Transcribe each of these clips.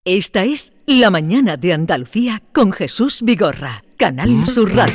Esta es La Mañana de Andalucía con Jesús Vigorra, Canal Sur Radio.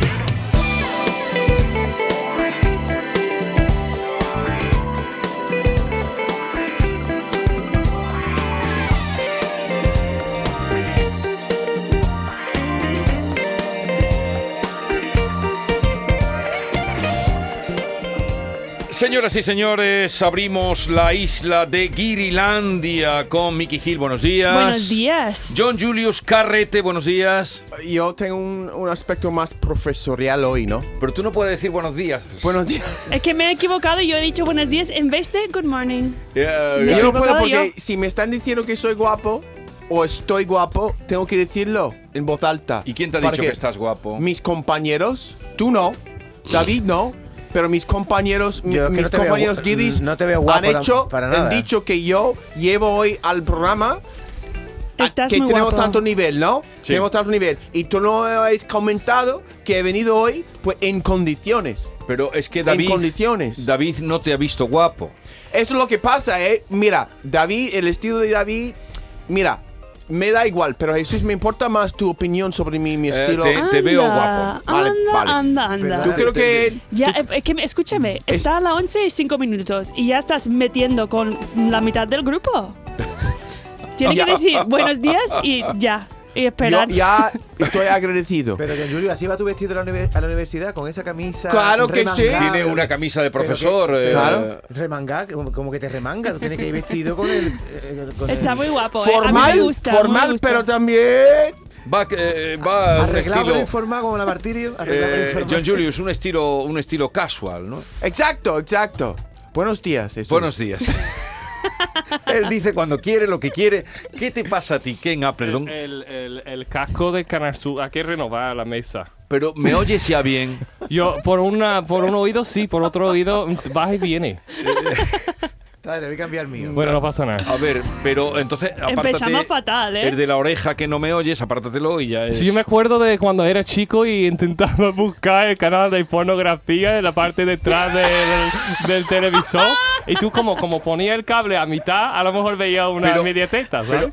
Señoras y señores, abrimos la isla de Guirilandia con Mickey Hill. Buenos días. Buenos días. John Julius Carrete, buenos días. Yo tengo un aspecto más profesorial hoy, ¿no? Pero tú no puedes decir buenos días. Buenos días. Es que me he equivocado, yo he dicho buenos días en vez de good morning. Yeah, Me he Yo no puedo equivocado porque yo. si me están diciendo que soy guapo o estoy guapo, tengo que decirlo en voz alta. ¿Y quién te ha Para dicho que estás guapo? Mis compañeros, tú no, David no, pero mis compañeros, Yo que mis no te veo compañeros gu- guiris no te veo guapo han hecho, para nada. han dicho que yo llevo hoy al programa Estás que muy tenemos guapo. tanto nivel, ¿no? Sí. Tenemos tanto nivel. Y tú no habéis comentado que he venido hoy pues en condiciones. Pero es que En condiciones. David no te ha visto guapo. Eso es lo que pasa, ¿eh? Mira, David, el estilo de David, mira, me da igual, pero Jesús, me importa más tu opinión sobre mi estilo. te veo guapo. Vale, vale. Anda. Yo creo que... Ya, es que escúchame, está a las 11:05 minutos y ya estás metiendo con la mitad del grupo. Tienes que decir buenos días y ya. Y Yo esperar. ya estoy agradecido. Pero John Julio, ¿así va tu vestido a la universidad con esa camisa? Claro que sí. Tiene una camisa de profesor. claro. Remangada, como que te remanga. Tú tienes que ir vestido con el... con el- Está muy guapo. A mí me Formal, gusta. muy formal, gusta. pero también... Va a un Arreglado estilo. informal como la Martirio. arreglado informal. John Julius, un estilo casual, ¿no? Exacto, exacto. Buenos días, Jesús. Buenos días. Él dice cuando quiere lo que quiere. ¿Qué te pasa a ti, Ken Appleton? El casco de Canal Sur, hay que renovar la mesa. Pero me oyes ya bien. Yo, por un oído sí, por otro oído baja y viene. Dale, te voy a cambiar el mío. Bueno, no pasa nada. A ver, pero entonces apártate. Empezamos fatal, ¿eh? El de la oreja que no me oyes, apártatelo y ya es. Sí, yo me acuerdo de cuando era chico y intentaba buscar el canal de pornografía en la parte de atrás del televisor. Y tú como ponías el cable a mitad, a lo mejor veías una Pero- media teta, ¿sabes?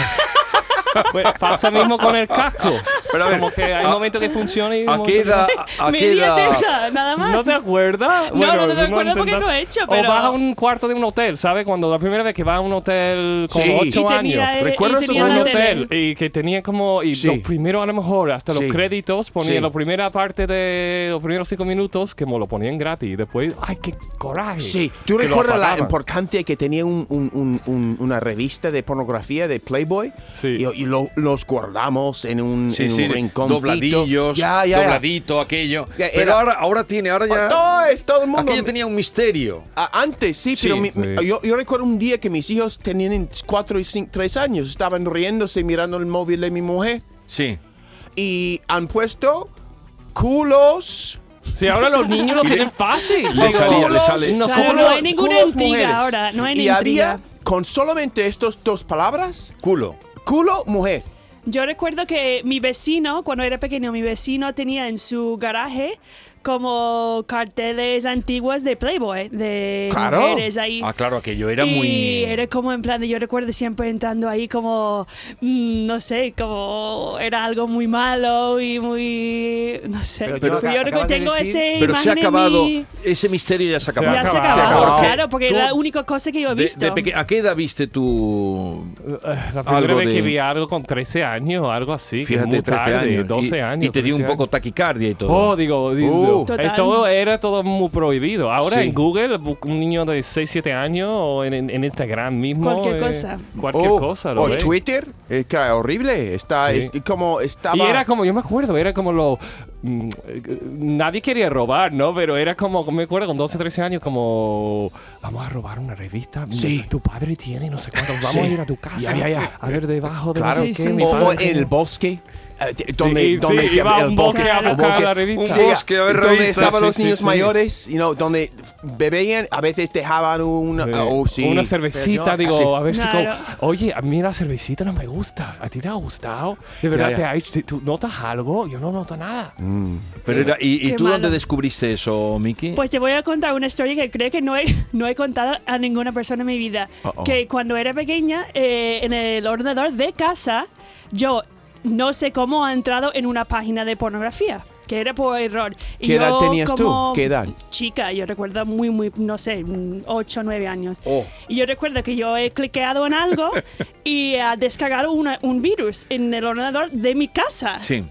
Pues pasa mismo con el casco. Pero a ver, como que hay momentos que funciona y... ¿A qué edad? ¿A qué Media edad? tesa, nada más. ¿No te acuerdas? No, no me acuerdo porque no he hecho, pero... O vas a un cuarto de un hotel, ¿sabes? Cuando la primera vez que vas a un hotel con Sí. 8 Y años. tenía, Recuerdo y estos tenía Un la hotel tele. y que tenía como... Y Sí. los primeros a lo mejor, hasta Sí. los créditos, ponía Sí. la primera parte de los primeros 5 minutos que me lo ponían gratis. Y después, ¡ay, qué coraje! Sí, ¿tú que lo recuerdas la apagaban. importancia que tenía una revista de pornografía de Playboy? Sí. Y los guardamos en un rinconcito. dobladillos, Ya. dobladito, aquello. Ya, Pero era- ahora ya... No, es todo el mundo. Aquello tenía un misterio. Antes, sí, Sí, pero sí. yo recuerdo un día que mis hijos tenían 4 y 3 años, estaban riéndose mirando el móvil de mi mujer Sí. y han puesto culos. Sí, ahora los niños lo tienen fácil. Le Digo, salía, le culos, sale. Nosotros Claro, no hay ninguna culos intriga mujeres. ahora, no hay Y intriga. había, con solamente estas dos palabras, Culo. culo, mujer. Yo recuerdo que mi vecino, cuando era pequeño, mi vecino tenía en su garaje como carteles antiguos de Playboy, de Claro. mujeres ahí. Ah, claro, aquello era y muy... era como en plan de, yo recuerdo siempre entrando ahí como, no sé, como era algo muy malo y muy, no sé. Pero Pero, tú yo recuerdo acabas de tengo decir- ese Pero se ha imagen en acabado... mi- Ese misterio ya se ha acabado. Ya se ha acabado. acabado, Porque claro, porque tú- es la única cosa que yo he visto. ¿A qué edad viste tú? La primera Algo vez de- que vi algo con 13 años, algo así. que Fíjate, muy 13 tarde, años. 12 años. Y te dio un 13 poco años. taquicardia y todo. Oh, digo, Total. era todo muy prohibido. Ahora Sí. en Google, un niño de 6, 7 años, o en Instagram mismo. Cualquier cosa. Cualquier cosa, lo O ves. Twitter, es que horrible. Está, Sí. es como estaba. Y era como, yo me acuerdo, era como nadie quería robar, ¿no? Pero era como, me acuerdo, con 12, 13 años, como, vamos a robar una revista. Sí. Tu padre tiene no sé cuántos, vamos Sí. a ir a tu casa. Ya. A ver debajo de Claro, no sé qué, sí, mi sí. o padre en el tiene- bosque. donde iba a un bosque a buscar bosque. la revista. Un bosque a ver donde revistas. estaban los Sí, niños sí. mayores, donde bebían, a veces dejaban una Una cervecita, Pero digo, sí. a ver si Claro. oye, a mí la cervecita no me gusta. ¿A ti te ha gustado? ¿De verdad Ya. tú notas algo? Yo no noto nada. Pero ¿y Qué tú dónde malo. descubriste eso, Miki? Pues te voy a contar una historia que creo que no he contado a ninguna persona en mi vida. Uh-oh. Que cuando era pequeña, en el ordenador de casa, yo no sé cómo he entrado en una página de pornografía. Que era por error. Y ¿Qué edad yo, tenías tú? como ¿Qué edad? Chica, yo recuerdo muy, no sé, 8 o 9 años. Oh. Y yo recuerdo que yo he cliqueado en algo y he descargado un virus en el ordenador de mi casa. Sí.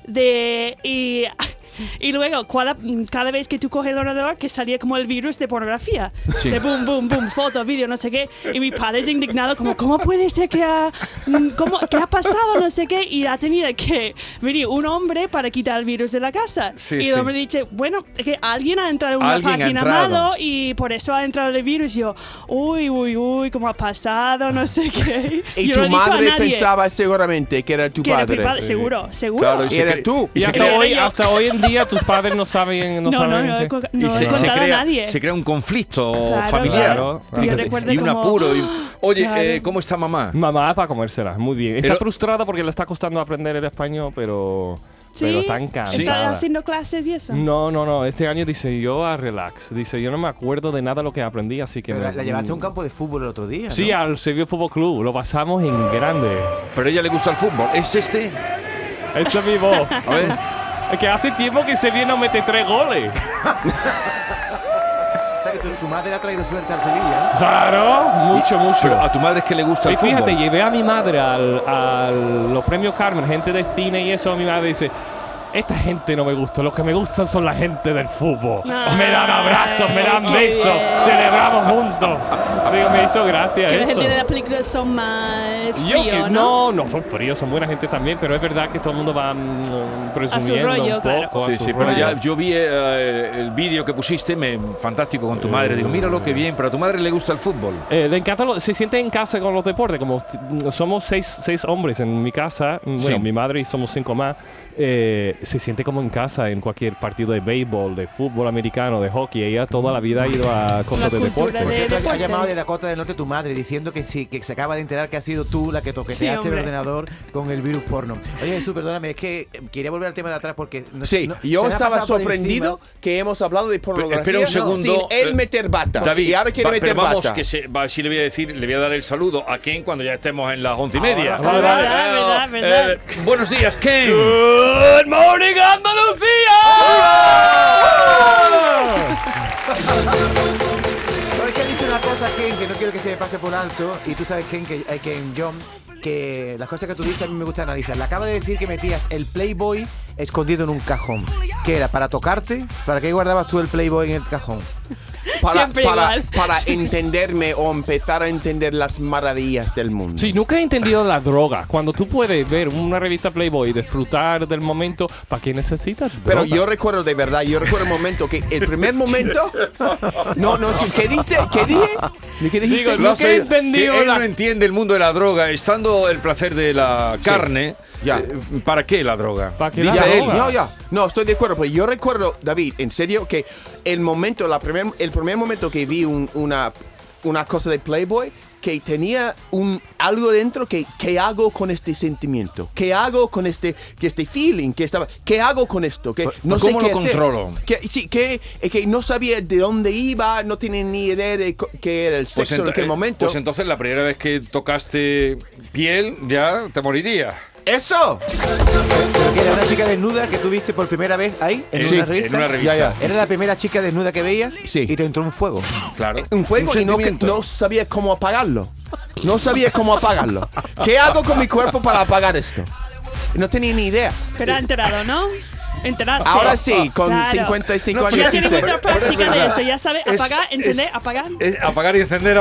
Y luego, cada vez que tú coges el ordenador, que salía como el virus de pornografía. Sí. De boom, boom, boom, foto, vídeo, no sé qué. Y mi padre es indignado, como, ¿cómo puede ser que qué ha pasado? No sé qué. Y ha tenido que venir un hombre para quitar el virus de la casa. Sí, y sí. el hombre dice, bueno, es que alguien ha entrado en una Alguien ha página entrado. malo y por eso ha entrado el virus. Y yo, uy, ¿cómo ha pasado? No sé qué. Y Yo tu no he dicho a madre nadie pensaba seguramente que era tu que era mi padre. padre, seguro. Claro, Y era tú. Y se hasta crea- hasta hoy en día tus padres no saben. No he qué. contado a nadie. se crea un conflicto Claro, familiar. claro. Yo Fíjate, recuerdo y un como- apuro. Oye, Claro. ¿cómo está mamá? Mamá para comérsela, muy bien. Está Pero- frustrada porque le está costando aprender el español, pero está encantada. ¿Está haciendo clases y eso? No, este año dice yo a relax. Dice yo no me acuerdo de nada de lo que aprendí, así que... Pero la llevaste a un campo de fútbol el otro día, Sí, ¿no? al Sevilla Fútbol Club, lo pasamos en grande. Pero a ella le gusta el fútbol. ¿Es este? Esta es mi voz. A ver. Es que hace tiempo que Sevilla no mete 3 goles. O sea, que tu madre ha traído suerte al Sevilla, ¿eh? Claro, mucho. Pero a tu madre es que le gusta Y el fíjate, fútbol. llevé a mi madre a los premios Carmen, gente de cine y eso. Mi madre dice: esta gente no me gusta, los que me gustan son la gente del fútbol. Ay, Me dan abrazos, me dan qué besos, bien. celebramos juntos. Digo, me hizo gracia Que la eso. gente de la película son más Yo frío, que ¿no? no son fríos, son buena gente también, pero es verdad que todo el mundo va presumiendo rollo, un claro. poco. Sí, a su sí, pero rollo. ya yo vi el vídeo que pusiste, fantástico con tu madre. Digo, míralo qué bien, pero a tu madre le gusta el fútbol. Le encanta, se siente en casa con los deportes, como somos seis hombres en mi casa, bueno, Sí. mi madre y somos 5 más, se siente como en casa en cualquier partido de béisbol, de fútbol americano, de hockey. Ella toda la vida ha ido a cosas de cultura deporte. de- Ha deportes. llamado de Dakota del Norte tu madre diciendo que sí, que se acaba de enterar que has sido tú la que toqueteaste el hombre. ordenador con el virus porno. Oye, Jesús, perdóname, es que quería volver al tema de atrás porque... Sí, se yo me ha estaba pasado por sorprendido encima. que hemos hablado de pornografía espera un segundo. sin él meter bata. David, y ahora quiere meter pero vamos, bata. que si le voy a decir, le voy a dar el saludo a Ken cuando ya estemos en las 11:30. Ahora, verdad. Buenos días, Ken. Good morning, Pero es que ha dicho una cosa, Ken, que no quiero que se me pase por alto. Y tú sabes, Ken, John, que las cosas que tú dices a mí me gusta analizar. Le acaba de decir que metías el Playboy escondido en un cajón. ¿Qué era? ¿Para tocarte? ¿Para qué guardabas tú el Playboy en el cajón? Siempre igual. Para entenderme o empezar a entender las maravillas del mundo. Sí, nunca he entendido la droga. Cuando tú puedes ver una revista Playboy y disfrutar del momento, ¿para qué necesitas droga? Pero yo recuerdo de verdad, yo recuerdo el momento que el primer momento. No, ¿qué dije? ¿Qué dije? ¿Qué dijiste? Digo, Lo has nunca he oído, entendido que él la- no entiende el mundo de la droga, estando el placer de la carne. Ya. ¿Para qué la droga? ¿Para qué Dice la él. droga? No, estoy de acuerdo, pero yo recuerdo, David, en serio, que el primer momento que vi una cosa de Playboy, que tenía algo dentro que ¿qué hago con este sentimiento? ¿Qué hago con este feeling? ¿Qué hago con esto? Que no sé ¿Cómo qué lo hacer. controlo? Que no sabía de dónde iba, no tenía ni idea de qué era el sexo en aquel momento. Pues entonces la primera vez que tocaste piel ya te moriría. ¡Eso! Pero que era una chica desnuda que tú viste por primera vez ahí, en Sí, una revista. en una revista. Ya. Era la primera chica desnuda que veías Sí. y te entró un fuego. Claro. Un fuego y sentimiento. no sabía cómo apagarlo. No sabía cómo apagarlo. ¿Qué hago con mi cuerpo para apagar esto? No tenía ni idea. Pero ha enterado, ¿no? ¿Enteraste? Ahora sí, con Claro. 55 Ya años. tiene sí sé. mucha práctica de eso. Ya sabe Es- apagar, encender, es- apagar. Apagar y encender.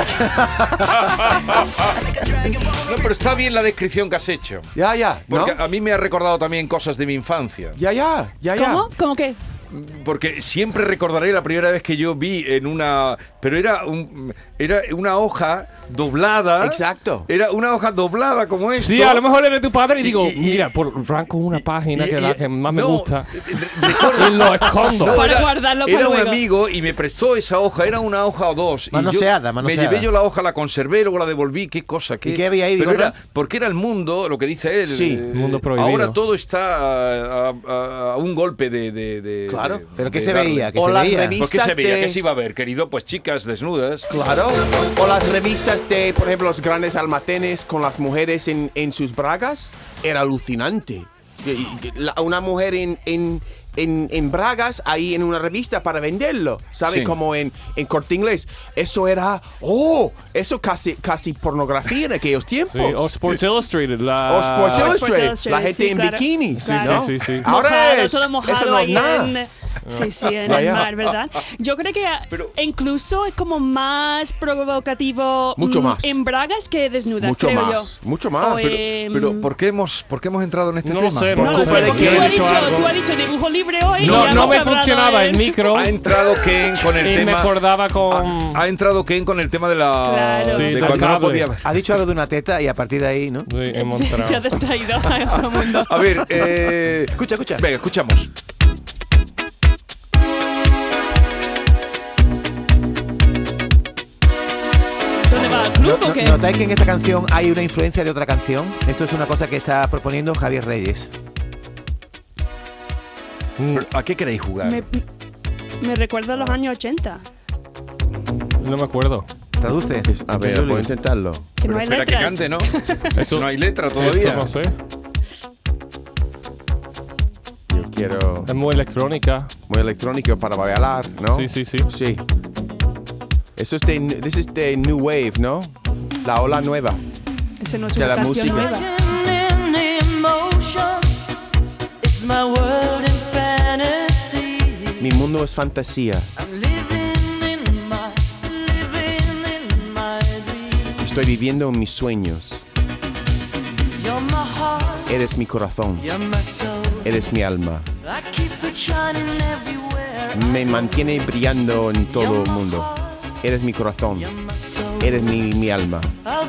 No, pero está bien la descripción que has hecho. Ya, ¿no? Porque a mí me ha recordado también cosas de mi infancia. Ya. ¿Cómo? ¿Cómo qué? Porque siempre recordaré la primera vez que yo vi en una pero era una hoja doblada. Exacto. Era una hoja doblada como esto. Sí, a lo mejor eres tu padre y digo, Y- mira, arranco una página que es la que más me no, gusta recuerdo- y lo escondo. No, Para guardarlo para era un luego. amigo y me prestó esa hoja, era una hoja o dos. Y Manoseada, yo manoseada. Me llevé yo la hoja, la conservé, luego la devolví, qué cosa. ¿Y qué había ahí, Pero Vigorra? porque era el mundo, lo que dice él. Sí, mundo prohibido. Ahora todo está a un golpe de Claro. ¿Pero qué de se darle. veía? ¿Qué O se las veía? revistas. ¿Por qué se veía? de- ¿Qué se iba a ver, querido? Pues chicas desnudas. Claro. O las revistas de, por ejemplo, los grandes almacenes con las mujeres en sus bragas. Era alucinante. Una mujer en bragas ahí en una revista para venderlo, ¿sabes? Sí. Como en Corte Inglés. Eso era, eso casi pornografía en aquellos tiempos. Sí, o Sports Illustrated. O Sports Illustrated, Illustrated, la gente sí, en claro. bikinis, Claro. ¿no? Sí, sí, sí. Ahora Mojado, es, todo eso mojado no es ahí nada. Sí, en Vaya. el mar, ¿verdad? Yo creo que Pero- incluso es como más provocativo Mucho más. en bragas que desnuda, Mucho creo más, yo. mucho más. O, Pero ¿por qué hemos entrado en este No lo tema? sé, no lo culpa sé, de porque quién? tú He has, dicho dicho, algo. tú has dicho dibujo libre hoy. y No, ya no hemos me hablado funcionaba de- el micro Ha entrado Ken con el y me tema. acordaba con... Ha entrado Ken con el tema de la. Claro. Sí, de del cuando no cable. podía. Ha dicho algo de una teta y a partir de ahí, ¿no? Sí, hemos Sí, entrado. se ha distraído a otro mundo. A ver, Escucha, escucha. venga, escuchamos. ¿Dónde va? ¿Al club o qué? ¿Notáis que en esta canción hay una influencia de otra canción? Esto es una cosa que está proponiendo Javier Reyes. Pero, ¿a qué queréis jugar? Me recuerda a los años 80. No me acuerdo. Traduce. A ver, Julio. puedo intentarlo. Que Pero no hay espera que letras. cante, ¿no? No hay letra todavía. Esto no sé. Yo quiero Es muy electrónica. muy electrónico para bailar, ¿no? Sí, sí, sí. Sí. Eso es this is the new wave, ¿no? La ola nueva. Esa no es De una la canción música. nueva. Mi mundo es fantasía. Estoy viviendo en mis sueños. Eres mi corazón. Eres mi alma. Me mantiene brillando en todo el mundo. Eres mi corazón. Eres mi alma.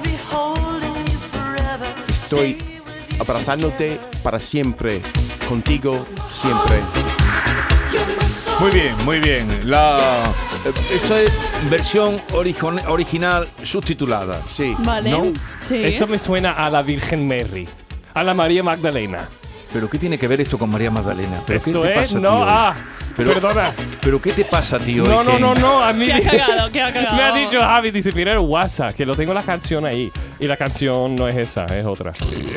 Estoy abrazándote para siempre. Contigo siempre. Muy bien, muy bien. Esta es versión original subtitulada. Sí. Vale. ¿No? Sí. Esto me suena a la Virgen Mary. A la María Magdalena. ¿Pero qué tiene que ver esto con María Magdalena? ¿Pero qué Esto te es... pasa, No, tío? Pero- perdona. ¿Pero qué te pasa, tío? No, hoy, no, Ken? no, no, a mí ¿Qué ha cagado? ¿Qué ha cagado? me ha dicho Javi, dice, mira el WhatsApp, que lo tengo la canción ahí. Y la canción no es esa, es otra.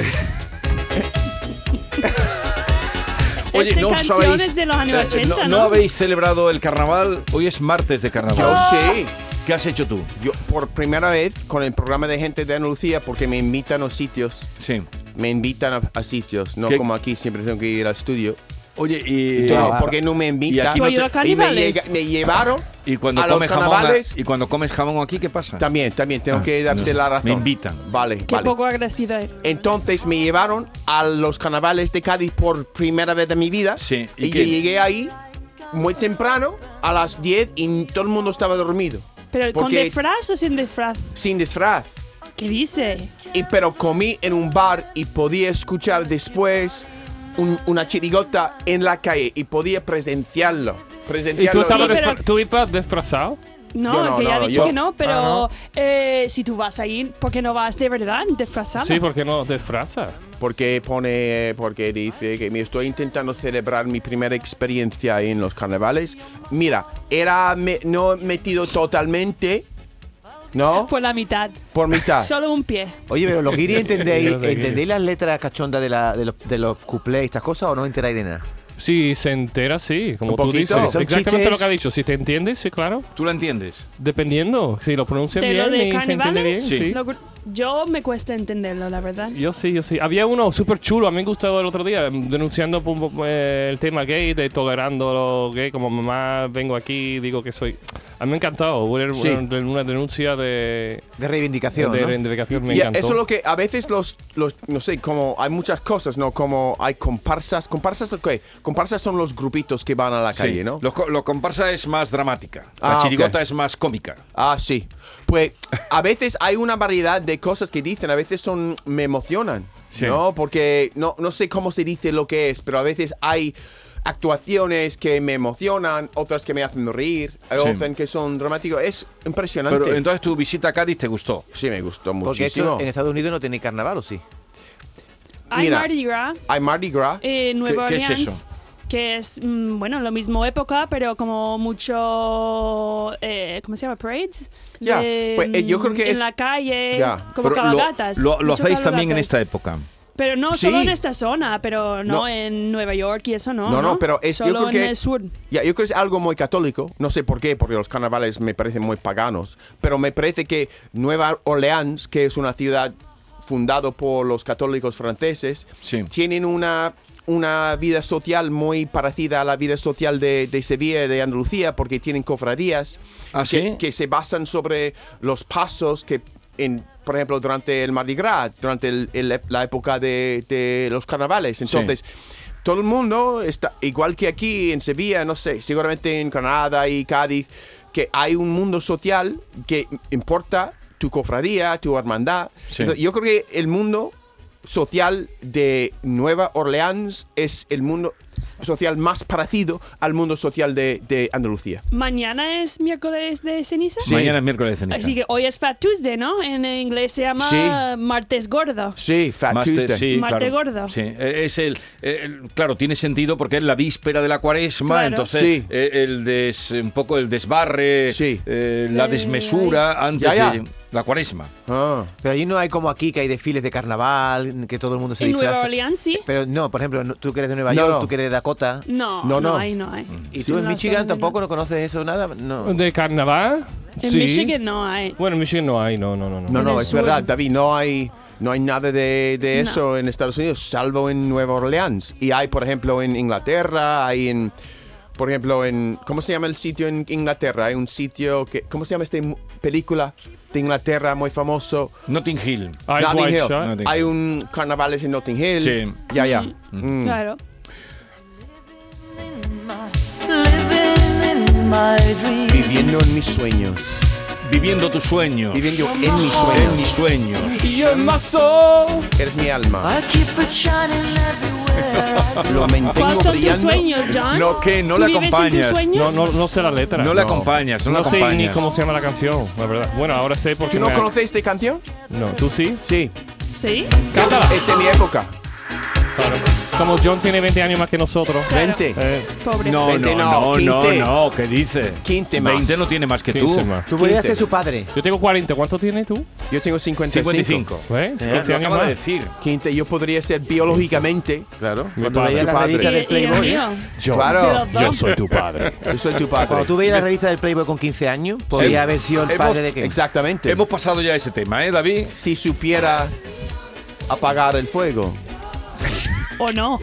Oye, no canciones sabéis, de los años 80, ¿no habéis celebrado el carnaval? Hoy es martes de carnaval. Yo sí. ¿Qué has hecho tú? Yo por primera vez con el programa de Gente de Andalucía, porque me invitan a los sitios. Sí. Me invitan a sitios, no ¿Qué? como aquí, siempre tengo que ir al estudio. Oye, y, No, porque no me y invitan. aquí ¿Tú no has ido a te- carnavales? me llevaron y cuando a los comes jamón carnavales. y cuando comes jamón aquí, ¿qué pasa? También tengo que darte no. la razón. Me invitan. Vale, Qué vale. poco agradecido eres. Entonces me llevaron a los carnavales de Cádiz por primera vez de mi vida. Sí, ¿y Y qué? yo llegué ahí muy temprano, a las 10, y todo el mundo estaba dormido. ¿Pero con Porque- disfraz o sin disfraz? Sin disfraz. ¿Qué dice? Pero comí en un bar y podía escuchar después una chirigota en la calle y podía presenciarlo. ¿Y tú estabas Sí, pero- tú ibas disfrazado? No, Yo no, que ya no, ha dicho yo- que no, pero si tú vas a ir, ¿por qué no vas de verdad disfrazado? Sí, ¿por qué no disfraza? Porque dice que me estoy intentando celebrar mi primera experiencia en los carnavales. Mira, era no metido totalmente, ¿no? Por la mitad. Por mitad. Solo un pie. Oye, pero los guiris entendéis, Los de guiri. ¿entendéis las letras cachondas de los cuplés y estas cosas o no enteráis de nada? Sí, se entera, sí, como Un tú poquito. dices. Son Exactamente chistes. lo que ha dicho. Si te entiendes, sí, claro. ¿Tú la entiendes? Dependiendo, si lo pronuncias ¿De bien lo de y se entiende bien, carnavales? sí. Sí. Yo me cuesta entenderlo, la verdad. Yo sí. Había uno súper chulo, a mí me gustó el otro día, denunciando el tema gay, de tolerando lo gay, como mamá vengo aquí, digo que soy... A mí me ha encantado, una denuncia de reivindicación, de ¿no? reivindicación, me Y encantó. eso es lo que a veces los, no sé, como hay muchas cosas, ¿no? Como hay comparsas. ¿Comparsas qué? Comparsas son los grupitos que van a la Sí. calle, ¿no? Lo comparsa es más dramática. La Ah, chirigota ok. es más cómica. Ah, sí. Pues a veces hay una variedad de cosas que dicen, a veces me emocionan, Sí. ¿no? Porque no sé cómo se dice lo que es, pero a veces hay actuaciones que me emocionan, otras que me hacen reír, otras que son dramáticos. Es impresionante. Pero entonces tu visita a Cádiz te gustó. Sí, me gustó Porque muchísimo. esto en Estados Unidos no tiene carnaval, ¿o sí? Hay Mira, Mardi Gras Hay Mardi Gras. en Nueva ¿Qué es Orleans. eso? Que es, bueno, la misma época, pero como mucho, ¿cómo se llama? Parades. Ya, pues, yo creo que en es- la calle, Ya. como Pero cabalgatas. lo mucho hacéis también en cabalgatas. esta época. Pero no Sí. solo en esta zona, pero no, No. en Nueva York y eso no. No, pero es- yo solo creo en que- el sur. Ya, yo creo que es algo muy católico. No sé por qué, porque los carnavales me parecen muy paganos. Pero me parece que Nueva Orleans, que es una ciudad fundada por los católicos franceses, Sí. tienen una vida social muy parecida a la vida social de Sevilla y de Andalucía, porque tienen cofradías ¿Ah, sí? que se basan sobre los pasos que, por ejemplo, durante el Mardi Gras, durante la época de los carnavales. Entonces, todo el mundo está, igual que aquí en Sevilla, no sé, seguramente en Granada y Cádiz, que hay un mundo social que importa tu cofradía, tu hermandad. Sí. Entonces, yo creo que el mundo social de Nueva Orleans es el mundo social más parecido al mundo social de Andalucía. Mañana es miércoles de ceniza. Sí. Mañana es miércoles de ceniza. Así que hoy es Fat Tuesday, ¿no? En inglés se llama Sí. martes gordo. Sí, Fat Tuesday. Sí, Marte claro. gordo. Sí, es claro, tiene sentido porque es la víspera de la Cuaresma, Claro. entonces Sí. un poco el desbarre, Sí. la desmesura antes Ya. de la Cuaresma. Ah. Pero allí no hay como aquí, que hay desfiles de carnaval, que todo el mundo se En disfraza. Nueva Orleans, sí. Pero no, por ejemplo, tú que eres de Nueva No, York, no. tú que eres de Dakota. No, No, no, no. hay, no hay. ¿Y tú en la Michigan zona de tampoco no conoces eso, nada? No. ¿De carnaval? En Sí. Michigan no hay. Bueno, en Michigan no hay, no. No, En no, el es sur. verdad, David, no hay nada de No. eso en Estados Unidos, salvo en Nueva Orleans. Y hay, por ejemplo, en Inglaterra, por ejemplo, ¿cómo se llama el sitio en Inglaterra? Hay un sitio ¿cómo se llama esta película de Inglaterra muy famoso? Notting Hill. Eyes Notting Wide Hill. Shut. Notting Hay Hill. un carnavales en Notting Hill. Sí. Ya. Claro. Viviendo en mis sueños. Viviendo tus sueños. Viviendo en mis En sueños. mis sueños. You're my soul. Eres mi alma. Lo mantengo ¿Cuáles son tus brillando. sueños, John? No, ¿qué? No ¿Tú le vives en tus acompañas. sueños? No sé la letra. No le acompañas, no le No sé ni acompañas. cómo se llama la canción, la verdad. Bueno, ahora sé porque ¿Tú no me- conoces esta canción? No, ¿tú sí? Sí. ¿Sí? Cántala. Es de mi época. Claro. Como John tiene 20 años más que nosotros. Claro. 20. Pobre. No, 20 no, no, 15. no, ¿qué dice? 15 más. 20 no tiene más que tú. 15 más. Tú podrías 15. ser su padre. Yo tengo 40. ¿Cuánto tienes tú? Yo tengo 55. 55. ¿Eh? Lo 15 años acaba de más. decir. 15, yo podría ser biológicamente. Claro. Cuando padre. veías la Tu padre. revista Y- del y el Playboy. mío. Yo, Claro. yo soy tu padre. Yo soy tu padre. Cuando tú veías la revista del Playboy con 15 años, podría haber sido el hemos- padre de Ken. Exactamente. Hemos pasado ya ese tema, ¿eh, David? Si supiera apagar el fuego ¿O no?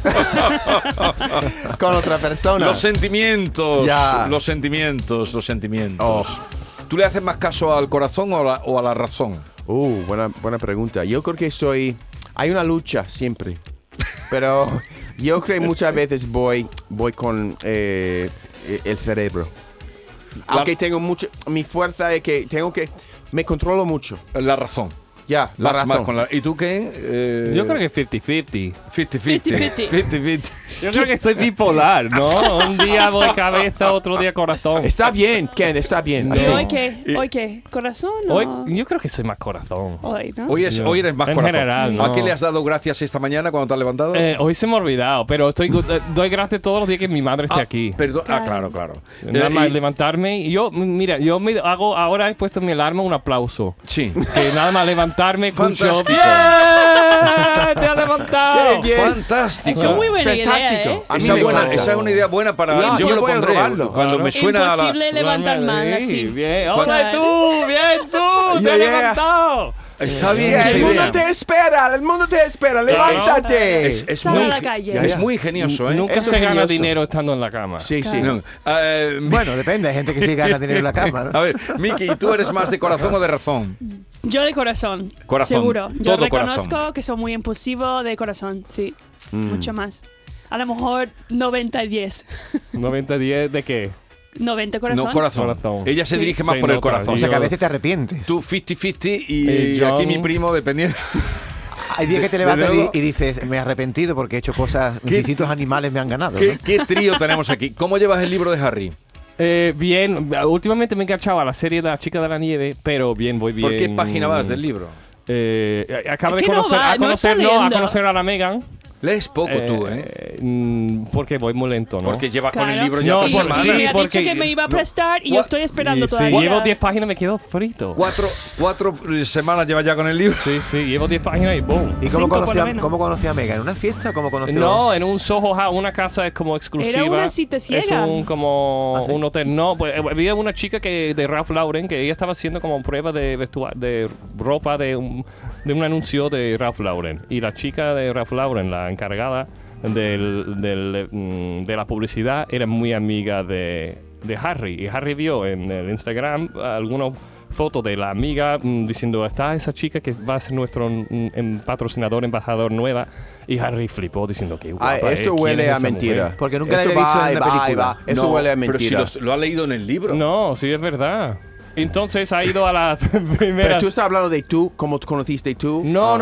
con otra persona. Los sentimientos, Ya. los sentimientos, los sentimientos. Oh. ¿Tú le haces más caso al corazón o a la razón? Buena pregunta. Yo creo que hay una lucha siempre. Pero yo creo que muchas veces voy con el cerebro. Aunque tengo mi fuerza es que me controlo mucho. La razón. Ya, la Vas más razón. con ¿Y tú qué? Yo creo que 50-50. 50-50. 50-50. Yo creo que soy bipolar, ¿no? Un día voy cabeza, otro día corazón. Está bien, Ken, está bien. No. ¿Y Así. hoy qué? ¿Hoy qué? ¿Corazón o...? Hoy, yo creo que soy más corazón. Hoy, ¿no? Hoy eres más En corazón. general, ¿A no. qué le has dado gracias esta mañana cuando te has levantado? Hoy se me ha olvidado, pero doy gracias todos los días que mi madre esté aquí. Perdón. Claro. Claro. Nada más y- levantarme. Y yo, mira, yo me hago, ahora he puesto en mi alarma un aplauso. Sí. Que nada más levantarme, escucho. Fantástico. ¡Bien! ¡Te has levantado! Qué bien. Fantástico. Es muy buena idea, Fantástico. ¿eh? A mí Esa, me buena- encanta. esa es una idea buena para... Ya, yo me yo lo voy a pondré robarlo. cuando Claro. me suena a la... Imposible levantar mal así. Bien. Claro. ¡Hola tú! ¡Bien tú! ¡Te Yeah, has yeah. levantado! Está bien El esa mundo idea. te espera, el mundo te espera, levántate. Es Sal a muy, la calle. es muy ingenioso, ¿eh? Nunca Eso se es gana ingenioso. dinero estando en la cama. Sí, sí. No, Bueno, depende, hay gente que sí gana dinero en la cama, ¿no? A ver, Miki, ¿tú eres más de corazón o de razón? Yo de corazón. Corazón. Seguro. Yo Todo reconozco corazón. que soy muy impulsivo de corazón, sí. Mucho más. A lo mejor 90-10. 90-10 de qué? 90 corazón. No, corazón. Corazón. Ella se Sí. dirige más Se por el nota, corazón. O sea que a Yo- veces te arrepientes. Tú 50-50 y John- aquí mi primo dependiendo. Hay días que te levantas luego- y dices, me he arrepentido porque he hecho cosas, mis instintos animales me han ganado. ¿Qué, ¿no? qué trío tenemos aquí? ¿Cómo llevas el libro de Harry? Bien, últimamente me he enganchado a la serie de La Chica de la Nieve, pero bien, voy bien. ¿Por qué página vas del libro? Acabo Es de que no conocer, va, a, no está conocer, no, a leyendo. conocer a la Megan. Lees poco tú, ¿eh? Porque voy muy lento, ¿no? Porque llevas con el Claro. libro ya No, 3 por- semanas. sí, me ha porque- dicho que me iba a prestar y yo estoy esperando Y si todavía. llevo 10 páginas me quedo frito. Cuatro semanas llevas ya con el libro. Sí, sí, llevo 10 páginas y boom. ¿Y Cinco, por lo menos. cómo conocí a Megan? ¿En una fiesta o cómo conoció? No, en un Soho House, una casa es como exclusiva. Era una cita ciega. Es un como ¿Ah, sí? un hotel. No, pues había una chica que de Ralph Lauren que ella estaba haciendo como prueba de vestuario, de ropa de un anuncio de Ralph Lauren. Y la chica de Ralph Lauren, la encargada de la publicidad, era muy amiga de Harry. Y Harry vio en el Instagram algunas fotos de la amiga diciendo, está esa chica que va a ser nuestro patrocinador, embajador nueva. Y Harry flipó diciendo que Ah, esto huele a mentira. Porque nunca Eso le había visto va en y una va y película. va. Eso huele a mentira. Pero si lo ha leído en el libro. No, sí es verdad. Entonces ha ido a la primera... Pero tú estás hablando de tú, cómo conociste tú. No.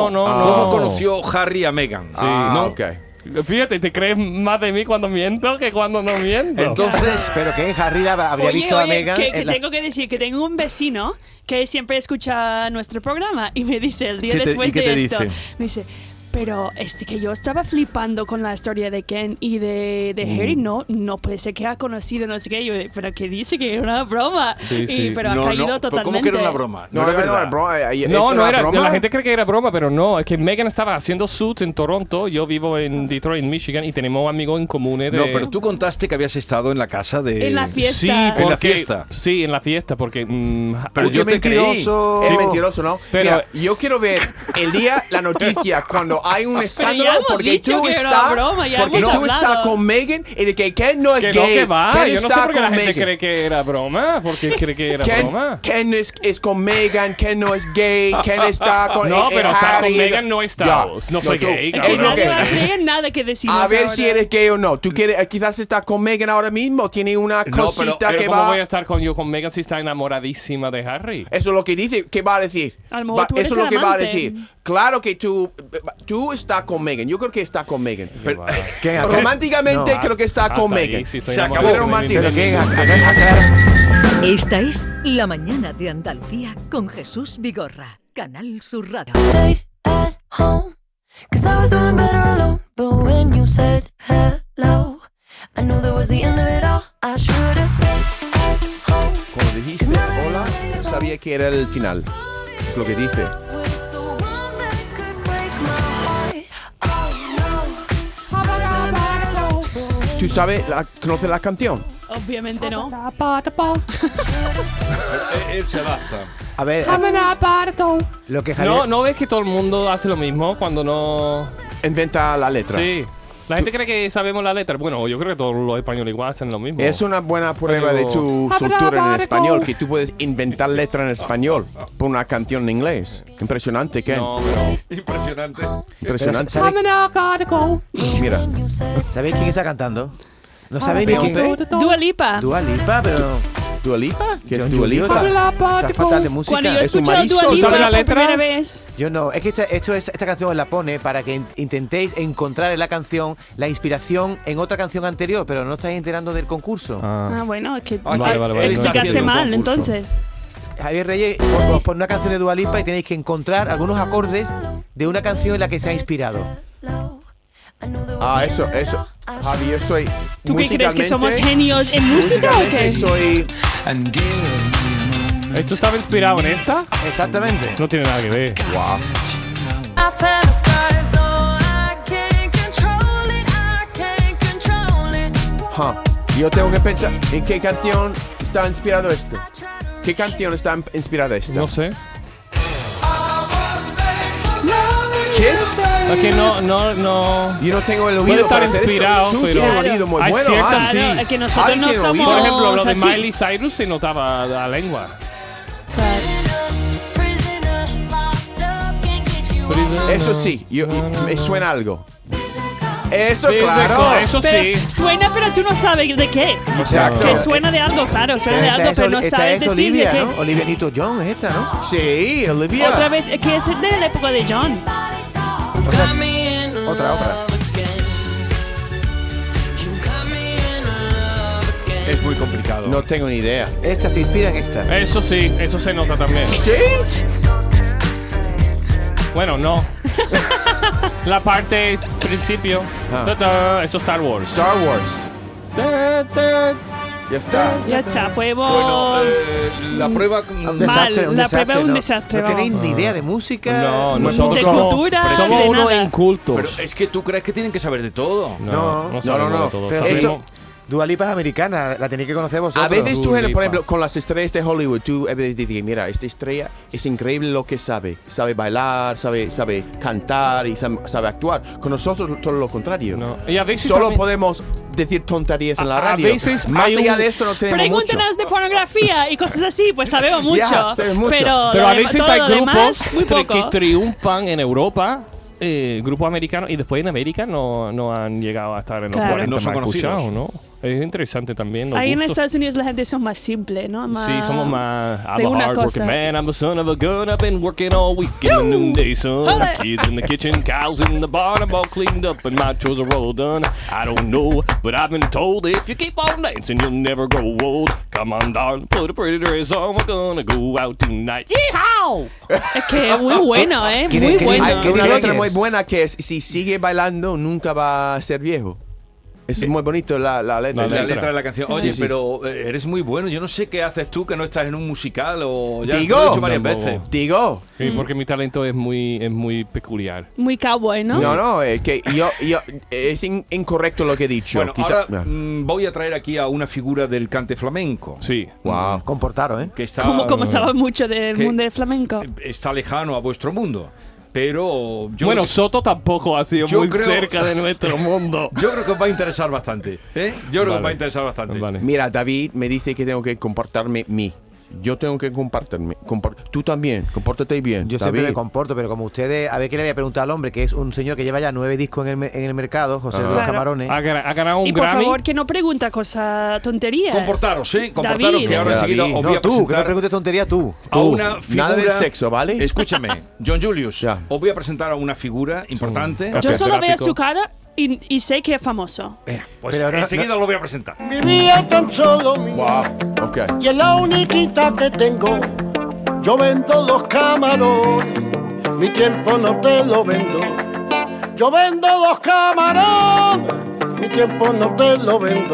¿Cómo conoció Harry a Meghan? Ah, ok. Fíjate, te crees más de mí cuando miento que cuando no miento. Entonces, Pero que Harry habría Oye, visto a oye, Megan. que en la- tengo que decir que tengo un vecino que siempre escucha nuestro programa y me dice el día ¿Qué te- después y qué de te esto, dice? me dice, pero que yo estaba flipando con la historia de Ken y de Harry, no puede ser que ha conocido no sé qué, yo, pero que dice que era una broma, Sí, sí. pero ha no, caído no, pero totalmente. ¿cómo que era una broma? No, era verdad. No era. broma. La gente cree que era broma, pero no. Es que Megan estaba haciendo Suits en Toronto. Yo vivo en Detroit, en Michigan, y tenemos amigos en común de... No, pero tú contaste que habías estado en la casa de... En la fiesta. Sí, En la porque- fiesta. Sí, en la fiesta, porque... Pero Uy, yo qué te creí. mentiroso. Es mentiroso, ¿no? Pero- Mira, yo quiero ver el día, la noticia, cuando hay un escándalo ya hemos porque dicho tú que era estás, broma, ya porque hemos tú hablado. estás con Megan y de que Ken no es Que no, gay. que va. Ken Yo no sé está por qué la con gente Meghan. cree que era broma. ¿Por qué cree que era broma? Ken es con Megan, Ken no es gay, Ken está con No, pero estar Harry. con Megan no he estado. Ya. No soy tú- gay, Es cabrón. que lo nadie que- va a creer nada que decimos A ver ahora. si eres gay o no. Tú quieres, quizás está con Megan ahora mismo, tiene una pero- cosita Pero que ¿cómo va. voy a estar con Megan si está enamoradísima de Harry? Eso es lo que dice. ¿Qué va a decir? A lo mejor tú eres eso es lo el que va a amante. decir. Claro que tú estás con Megan. Yo creo que está con Megan. Pero- ¿Qué? Románticamente No, creo que está con Hasta ahí, Megan. sí, estoy Se enamorado acabó. de Romántico. mí. Pero que Esta es La Mañana de Andalucía con Jesús Vigorra, Canal Sur Radio. Stayed at home, 'cause I was doing better alone. But when you said hello, I knew that was the end of it all. I should have stayed at home. Cuando dijiste hola, sabía que era el final. Es lo que dice. With the one that could break my heart. Oh no. ¿Tú sabes, conoces la canción? Obviamente no. Él se adapta. A ver, lo que Harry... ¿No ves que todo el mundo hace lo mismo cuando no...? Inventa la letra. Sí. La gente cree que sabemos la letra. Bueno, yo creo que todos los españoles igual hacen lo mismo. Es una buena prueba de tu soltura en español, que tú puedes inventar letra en español por una canción en inglés. Impresionante, Ken. No, pero... Impresionante. Impresionante. Mira, ¿Sabéis quién está cantando? ¿No sabéis ni quién Beyoncé. es? Dua Lipa. Dua Lipa, pero... ¿Dua Lipa? ¿Qué es John Dua Julio, Lipa? ¿estás fatal de música? Cuando yo Es un escuché a marisco. Dua Lipa ¿Sabes la por letra? primera vez, Yo no, es que esta canción la pone para que intentéis encontrar en la canción la inspiración en otra canción anterior, pero no estáis enterando del concurso. bueno, es que Vale, vale. explicaste Haciendo mal, un concurso. entonces. Javier Reyes os pone una canción de Dua Lipa y tenéis que encontrar algunos acordes de una canción en la que se ha inspirado. Ah, eso. Javi, yo soy. ¿Tú qué crees, que somos musicalmente- genios en música o qué? Soy. ¿Esto estaba inspirado en esta? Exactamente. No tiene nada que ver. Wow. I fantasize, oh, I can't control it, I can't control it. Yo tengo que pensar en qué canción está inspirado esto. ¿Qué canción está inspirada esta? No sé. Kiss. Es que no. Yo no tengo el Puede oído estar para hacer inspirado, esto. Tú pero tienes un oído muy hay bueno. ciertas Ana. sí. Claro, es que nosotros Alguien no tiene somos... oído. Por ejemplo, lo de así. Miley Cyrus se notaba la lengua. Eso sí, me suena algo. Eso, Sí, claro. Eso Pero sí. suena, pero tú no sabes de qué. Exacto. Que suena de algo, claro, suena de Esta algo, es pero no esta sabes es decir Olivia, de qué. ¿no? Olivia Newton-John es esta, ¿no? Sí, Olivia. Otra vez, es que es de la época de John. O sea, otra. Es muy complicado. No tengo ni idea. Esta se inspira en esta. Eso sí, eso se nota también. ¿Sí? Bueno, no. La parte principio. Ah. Ta-ta, eso es Star Wars. Star Wars. Ta-ta. Ya está. Ya está, pues Bueno, la prueba... Un Mal, desastre, un la desastre, prueba es un ¿no? desastre, No tenéis vamos. ni idea de música. No, ni nosotros de somos, cultura, somos de unos nada. incultos. Pero es que tú crees que tienen que saber de todo. No sabemos no. de todo. Pero Sabemos- eso, Dua Lipa es americana, la tenéis que conocer vosotros. A veces tú, Dua por Lipa. ejemplo, con las estrellas de Hollywood, tú a veces dices, mira, esta estrella es increíble lo que sabe. Sabe bailar, sabe cantar y sabe actuar. Con nosotros todo lo contrario. No. Y a veces Solo también- podemos decir tonterías en la A radio. veces Más hay allá un- de esto no tenemos Pregúntanos de pornografía y cosas así, pues sabemos mucho. Ya, sabemos mucho. Pero, Pero lo a dem- veces todo hay lo grupos demás, muy que poco. triunfan en Europa, grupos americanos, y después en América no han llegado a estar en los Claro. 40 No son más conocidos. escuchados, ¿no? Es interesante también. Los Ahí en gustos. Estados Unidos la gente son más simple, ¿no? Más Sí, somos más. de I'm a una hard cosa. working man. I'm the son of a gun. I've been working all week in the noonday sun. Kids in the kitchen, cows in the barn. I'm all cleaned up and my chores are all done. I don't know, but I've been told if you keep on dancing, you'll never grow old. Come on, darling, put a pretty dress on. We're gonna go out tonight. Yeehaw! Es que es muy bueno, ¿eh? ¿Quién Muy es- quién bueno. Hay una diría letra que muy es? buena que es, si sigue bailando, nunca va a ser viejo. Es muy bonito la letra. La La letra de la canción. Oye, Sí, sí. pero eres muy bueno. Yo no sé qué haces tú que no estás en un musical o ya Digo. te lo he dicho varias Tampoco. veces. Digo. Sí, porque mi talento es muy peculiar. Muy cowboy, ¿no? No, es que yo es incorrecto lo que he dicho. Bueno, Quita- ahora voy a traer aquí a una figura del cante flamenco. Sí. Wow. Comportaros, ¿eh? Que está, Como sabes mucho del que- mundo del flamenco. está lejano a vuestro mundo. Pero yo Bueno, creo Soto tampoco ha sido yo muy creo- cerca de nuestro mundo. yo creo que os va a interesar bastante. ¿Eh? Yo creo que os Vale. va a interesar bastante. Vale. Mira, David me dice que tengo que comportarme mí. Yo tengo que comportarme. Tú también, compórtate bien. Yo siempre David. me comporto, pero como ustedes, a ver qué le voy a preguntar al hombre, que es un señor que lleva ya 9 discos en el mercado, José de los Claro. Camarones. Ha ganado un Y por Grammy. favor, que no pregunta cosas, tonterías. Comportaros, ¿eh? Comportaros, David. que ahora David. enseguida os voy No, a tú, que no presentar preguntes tontería tú. a una figura... Nada del sexo, ¿vale? Escúchame, John Julius, Ya. os voy a presentar a una figura importante. Yo solo veo Gráfico. su cara y sé que es famoso. Pues Pero no- enseguida lo voy a presentar. Vivía tan solo mía Wow. Ok. y es la uniquita que tengo. Yo vendo 2 camarones, mi tiempo no te lo vendo. Yo vendo 2 camarones, mi tiempo no te lo vendo.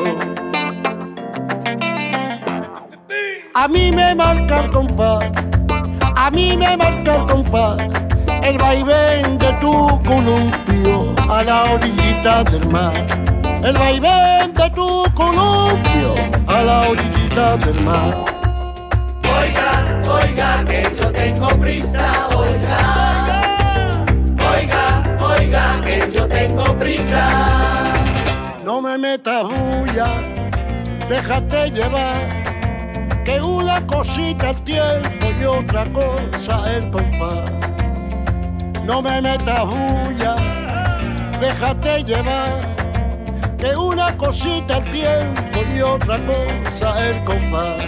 A mí me marca el compás, a mí me marca el compás, el vaivén de tu columpio a la orillita del mar. El vaivén de tu columpio a la orillita del mar. Oiga, oiga, que yo tengo prisa, oiga. Oiga, oiga, que yo tengo prisa. No me metas bulla, déjate llevar, que una cosita el tiempo y otra cosa el compás. No me metas bulla, déjate llevar, que una cosita el tiempo y otra cosa el compás.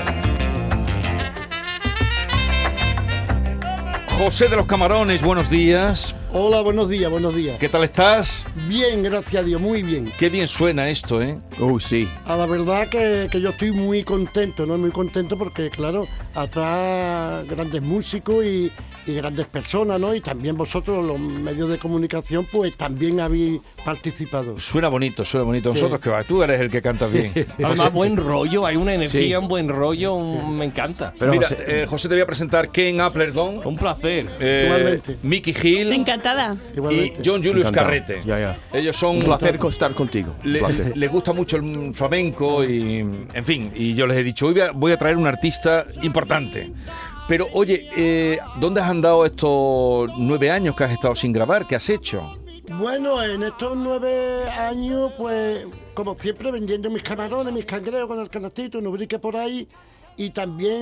José de los Camarones, buenos días. Hola, buenos días, buenos días. ¿Qué tal estás? Bien, gracias a Dios, muy bien. Qué bien suena esto, ¿eh? Sí. A la verdad que yo estoy muy contento, ¿no? Muy contento porque, claro, atrás grandes músicos y grandes personas, ¿no? Y también vosotros, los medios de comunicación, pues también habéis participado. Suena bonito, suena bonito. Sí. Nosotros que va, tú eres el que canta bien. Además, buen rollo, hay una energía, Sí. un buen rollo, me encanta. Pero Mira, José- José, te voy a presentar Ken Applerdon, Un placer. Igualmente. Mickey Hill Encantada. y Igualmente. John Julius Encantado. Carrete. Ya. Ellos son... Un placer estar contigo. Un placer. Les gusta mucho el flamenco y, en fin, y yo les he dicho, hoy voy a traer un artista importante. Pero oye, ¿dónde has andado estos 9 años que has estado sin grabar? ¿Qué has hecho? Bueno, en estos 9 años, pues, como siempre, vendiendo mis camarones, mis cangrejos con el canastito, un ubrique por ahí, y también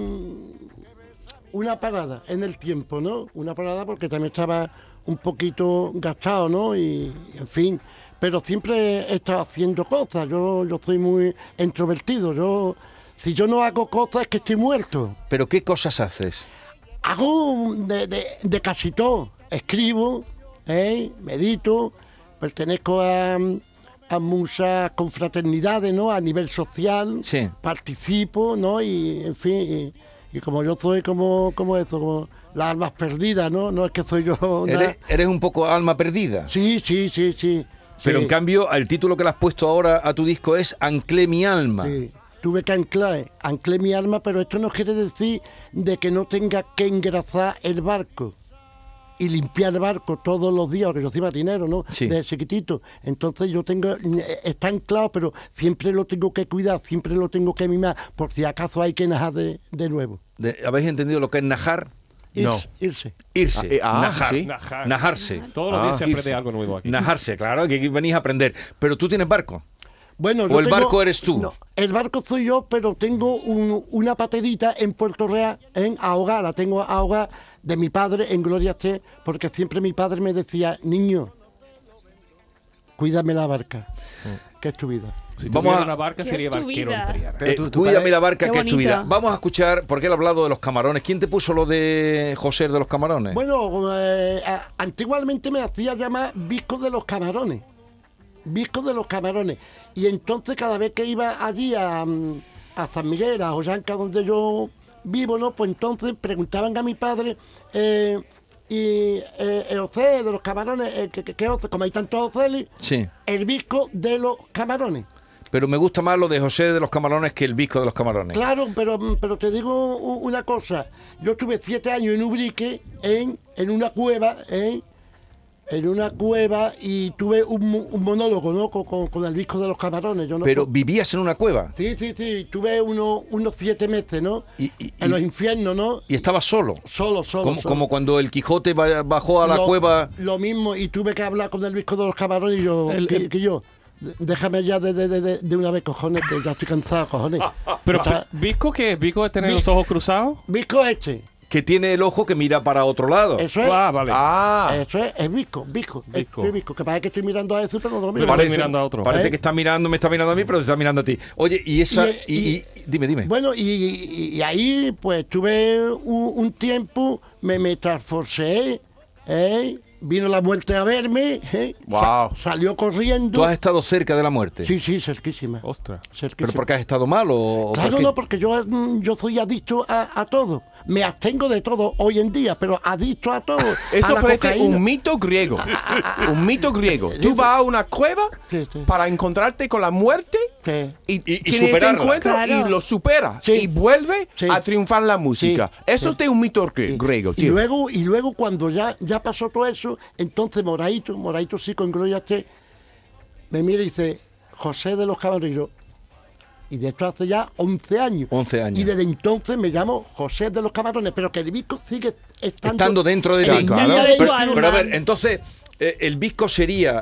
una parada en el tiempo, ¿no? Una parada porque también estaba un poquito gastado, ¿no? Y en fin, pero siempre he estado haciendo cosas. Yo soy muy introvertido. Si yo no hago cosas es que estoy muerto. ¿Pero qué cosas haces? Hago de casi todo. Escribo, medito, pertenezco a muchas confraternidades, ¿no? A nivel social, Sí. participo, ¿no? Y en fin, y como yo soy como las almas perdidas, ¿no? No es que soy yo ¿Eres un poco alma perdida? Sí. Pero sí. en cambio, el título que le has puesto ahora a tu disco es Anclé mi alma. Sí. Tuve que anclé mi alma, pero esto no quiere decir de que no tenga que engrasar el barco y limpiar el barco todos los días, porque yo soy marinero, ¿no? Sí. De chiquitito. Entonces está anclado, pero siempre lo tengo que cuidar, siempre lo tengo que mimar, por si acaso hay que najar de nuevo. ¿Habéis entendido lo que es najar? Irse. Irse, najar, sí. najarse. Todos los días se aprende irse. algo nuevo aquí. Najarse, claro, que aquí venís a aprender. Pero tú tienes barco. Bueno, ¿O el barco eres tú? No, el barco soy yo, pero tengo una paterita en Puerto Real, en Ahogar, la tengo Ahogar de mi padre, en Gloria esté, porque siempre mi padre me decía, niño, cuídame la barca, que es tu vida. Si Vamos tuviera a- una barca ¿Qué sería es tu barquero vida? en Triana. Pero tu Cuídame padre- la barca, Qué que es tu bonito. vida. Vamos a escuchar, porque él ha hablado de los camarones. ¿Quién te puso lo de José de los camarones? Bueno, antiguamente me hacía llamar Visco de los Camarones. Visco de los Camarones. Y entonces cada vez que iba allí a San Miguel, a Ollanca, donde yo vivo, ¿no? Pues entonces preguntaban a mi padre, José de los Camarones, ¿qué José? Como hay tantos Joselis, Sí. el Visco de los Camarones. Pero me gusta más lo de José de los camarones que el Visco de los camarones. Claro, pero te digo una cosa. Yo estuve 7 años en Ubrique, en una cueva, en una cueva, y tuve un monólogo, ¿no? Con el Visco de los Camarones. Yo no Pero vivías en una cueva Sí, tuve unos 7 meses, ¿no? y En los infiernos, ¿no? y estabas solo. Solo. Como cuando el Quijote bajó a la cueva. Lo mismo, y tuve que hablar con el Visco de los Camarones y yo, El- que yo, déjame ya de una vez, cojones, que ya estoy cansado, cojones. Pero, Está- ¿Visco qué? ¿Visco es tener Vi- los ojos cruzados? Visco este, Que tiene el ojo que mira para otro lado. eso es. Ah, vale. Eso es Visco. Visco. Es Visco, que parece que estoy mirando a eso, pero no lo Pero miro. estoy mirando a otro. Parece ¿Eh? que está mirando, me está mirando a mí, pero te está mirando a ti. Oye, y esa. Dime. Bueno, y ahí pues tuve un tiempo, me transforcé, vino la muerte a verme, Wow. salió corriendo. ¿Tú has estado cerca de la muerte? Sí, cerquísima. Ostras. ¿Pero porque has estado mal o Claro, por qué? no, porque yo soy adicto a todo. Me abstengo de todo hoy en día, pero adicto a todo. a Eso la parece cocaína. un mito griego. Un mito griego. Tú vas a una cueva Sí. para encontrarte con la muerte Sí. y tienes este superarla. encuentro Claro. y lo supera. Sí. Y vuelve Sí. a triunfar en la música. Sí. Eso Sí. es de un mito Sí. griego, Y tío. luego cuando ya pasó todo eso, entonces Moraito sí, con Gloria esté, me mira y dice, José de los Camarones. Y de esto hace ya 11 años. 11 años. Y desde entonces me llamo José de los Camarones, pero que el Visco sigue Estando dentro de Sí, ti. claro. Dentro de tu Pero, alma. pero a ver, entonces, el Visco sería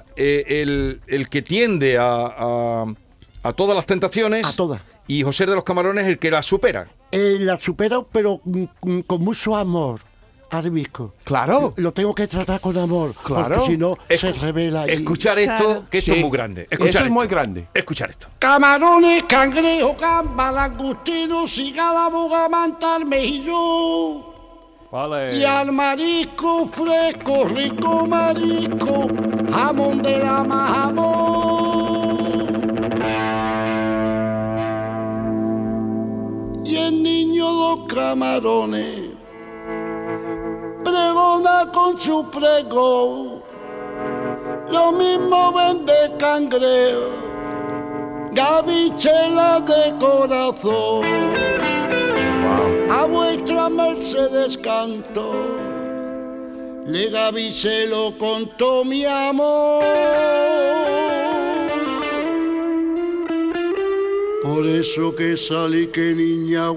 el que tiende a todas las tentaciones. A todas. Y José de los Camarones el que las supera. La supero, pero con mucho amor al Visco. Claro. Lo tengo que tratar con amor, Claro. porque si no se Escu- revela. Escuchar esto, Claro. que esto Sí. es muy grande. Eso Escuchar es muy esto. grande. Escuchar esto. Camarones, cangrejo, gamba, langostino, cigala, bogamanta, mejillón. Vale. Y al marisco fresco, rico marisco, jamón de la majamón. Y el niño los camarones pregona con su pregón, lo mismo vende cangrejo, gavichela de corazón. A vuestra mercedes canto, le gavichelo con todo mi amor. Por eso que salí, que niña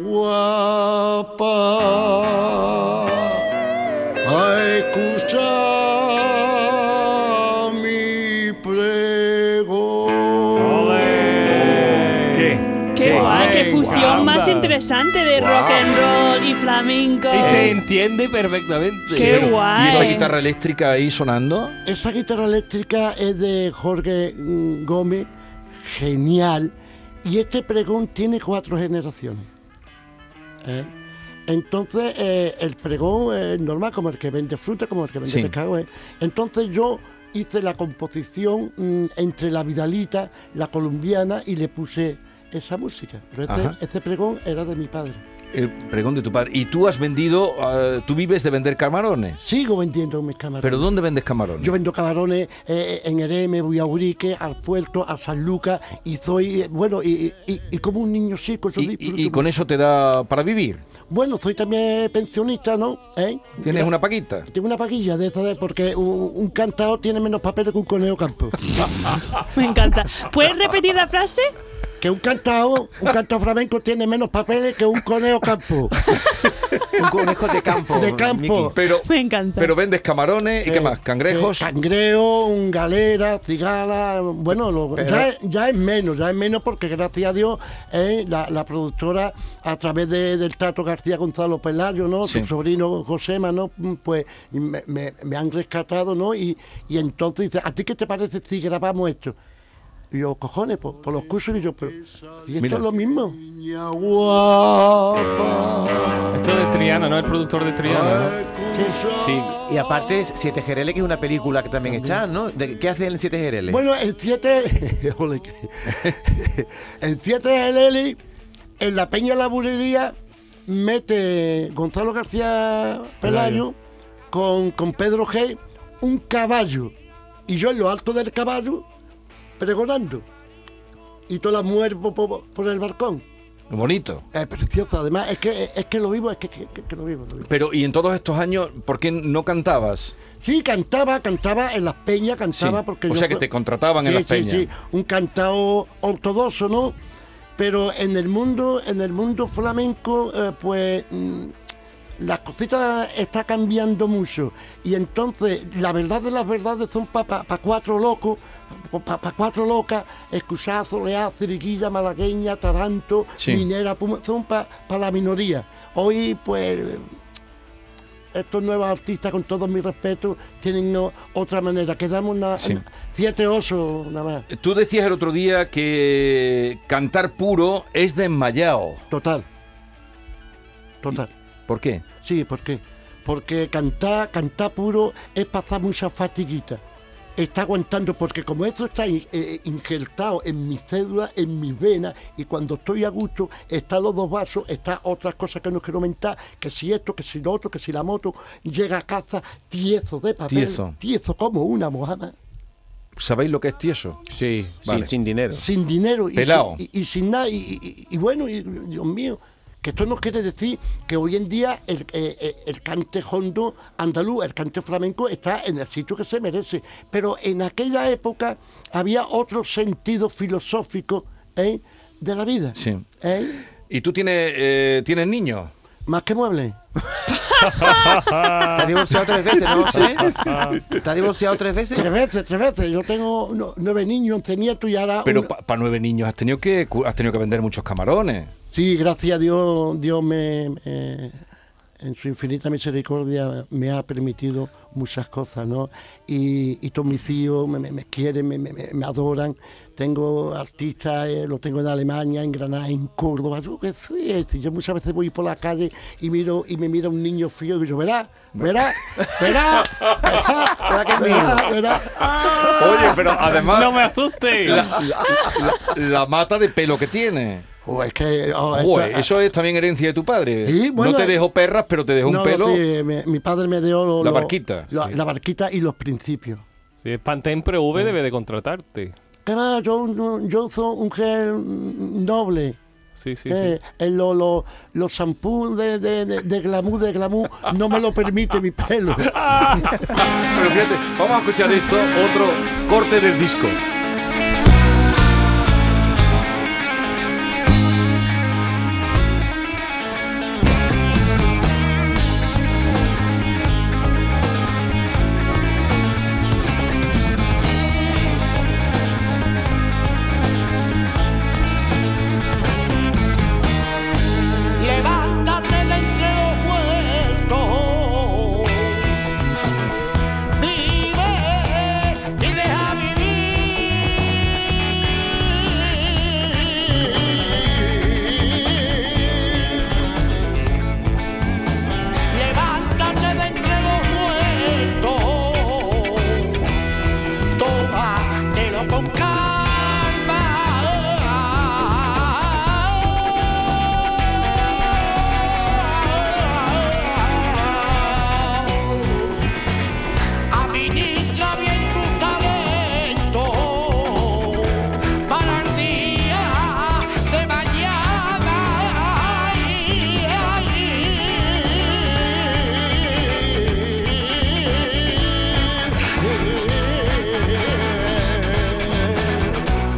guapa, a escuchar mi pregón. Qué guay, qué fusión guamba. más interesante de rock and roll y flamenco. Y se entiende perfectamente. Qué guay. ¿Y esa guitarra eléctrica ahí sonando? Esa guitarra eléctrica es de Jorge Gómez, genial. Y este pregón tiene 4 generaciones. Entonces, el pregón es normal, como el que vende fruta, como el que vende pescado. Entonces yo hice la composición entre la Vidalita, la colombiana, y le puse esa música. Pero este pregón era de mi padre. El pregón de tu padre. ¿Y tú has vendido, tú vives de vender camarones? Sigo vendiendo mis camarones. ¿Pero dónde vendes camarones? Yo vendo camarones en Jerez, me voy a Urique, al puerto, a San Lucas, y soy, bueno, y como un niño chico. ¿Y con eso te da para vivir? Bueno, soy también pensionista, ¿no? ¿Tienes una paquita? Tengo una paquilla de esa, porque un cantao tiene menos papeles que un conejo campo. Me encanta. ¿Puedes repetir la frase? Que un cantao flamenco tiene menos papeles que un conejo campo. Un conejo de campo. De campo. Me encanta. Pero vendes camarones y qué más, cangrejos. Cangreo, un galera, cigala. Bueno, ya es menos porque gracias a Dios la productora, a través del Tato García Gonzalo Pelayo, ¿no? Sí. Su sobrino Josema, ¿no? Pues me han rescatado, ¿no? Y entonces dice, ¿a ti qué te parece si grabamos esto? Y yo, cojones, por los cursos, y yo, pero ¿y esto es lo mismo? Niña guapa. Esto es de Triana, ¿no? El productor de Triana, ¿no? Sí, y aparte, Siete Jereles, que es una película que también está, ¿no? ¿Qué hace en Siete Jereles? Bueno, el 7 Jereles, en la Peña Laburería, mete Gonzalo García Pelayo con Pedro G, un caballo. Y yo en lo alto del caballo, pregonando. Y toda la mujer por el balcón. Bonito. Es precioso, además, es que lo vivo, es que lo vivo. Pero, ¿y en todos estos años, por qué no cantabas? Sí, cantaba en las peñas, porque o sea que te contrataban en las peñas. Sí, un cantao ortodoxo, ¿no? Pero en el mundo flamenco, pues las cositas están cambiando mucho. Y entonces, la verdad de las verdades son para 4 locos, para 4 locas, Excusá, Soleá, Ciriquilla, Malagueña, Taranto, Minera, Puma, son para la minoría. Hoy, pues, estos nuevos artistas, con todo mi respeto, tienen otra manera. Quedamos 7 osos nada más. Tú decías el otro día que cantar puro es desmayado. Total. ¿Por qué? Sí, ¿por qué? Porque cantar puro es pasar mucha fatiguita. Está aguantando, porque como eso está injertado en mi cédula, en mis venas, y cuando estoy a gusto, están los 2 vasos, está otras cosas que no quiero mentar, que si esto, que si lo otro, que si la moto, llega a casa tieso de papel, tieso como una mojama. ¿Sabéis lo que es tieso? Sí, vale. sin dinero. Sin dinero. Pelao. Y sin nada, y bueno, Dios mío, que esto no quiere decir que hoy en día el cante hondo andaluz, el cante flamenco está en el sitio que se merece, pero en aquella época había otro sentido filosófico de la vida. Sí. ¿Y tú tienes niños? Más que muebles. ¿Te has divorciado 3 veces, no sé? ¿Te has divorciado 3 veces? 3 veces. Yo tengo 9 niños, 11 nietos y ahora... Pero para 9 niños has tenido que vender muchos camarones. Sí, gracias a Dios, Dios en su infinita misericordia me ha permitido muchas cosas, ¿no? Y todos mis hijos me quieren, me adoran. Tengo artistas, lo tengo en Alemania, en Granada, en Córdoba. Yo qué sé, yo muchas veces voy por la calle y me mira un niño frío y digo, verá. Verá que es mío. Verá. Oye, pero además... ¡No me asustes! La mata de pelo que tiene. Es que, eso es también herencia de tu padre. Sí, bueno, no te dejó perras, pero te dejó un pelo. Sí, mi padre me dio la barquita. La barquita y los principios. Si es Pantempre V, debe de contratarte. ¿Qué más? Yo uso un gel noble. Sí. Los shampoos de glamour no me lo permite mi pelo. Pero fíjate, vamos a escuchar esto, otro corte del disco.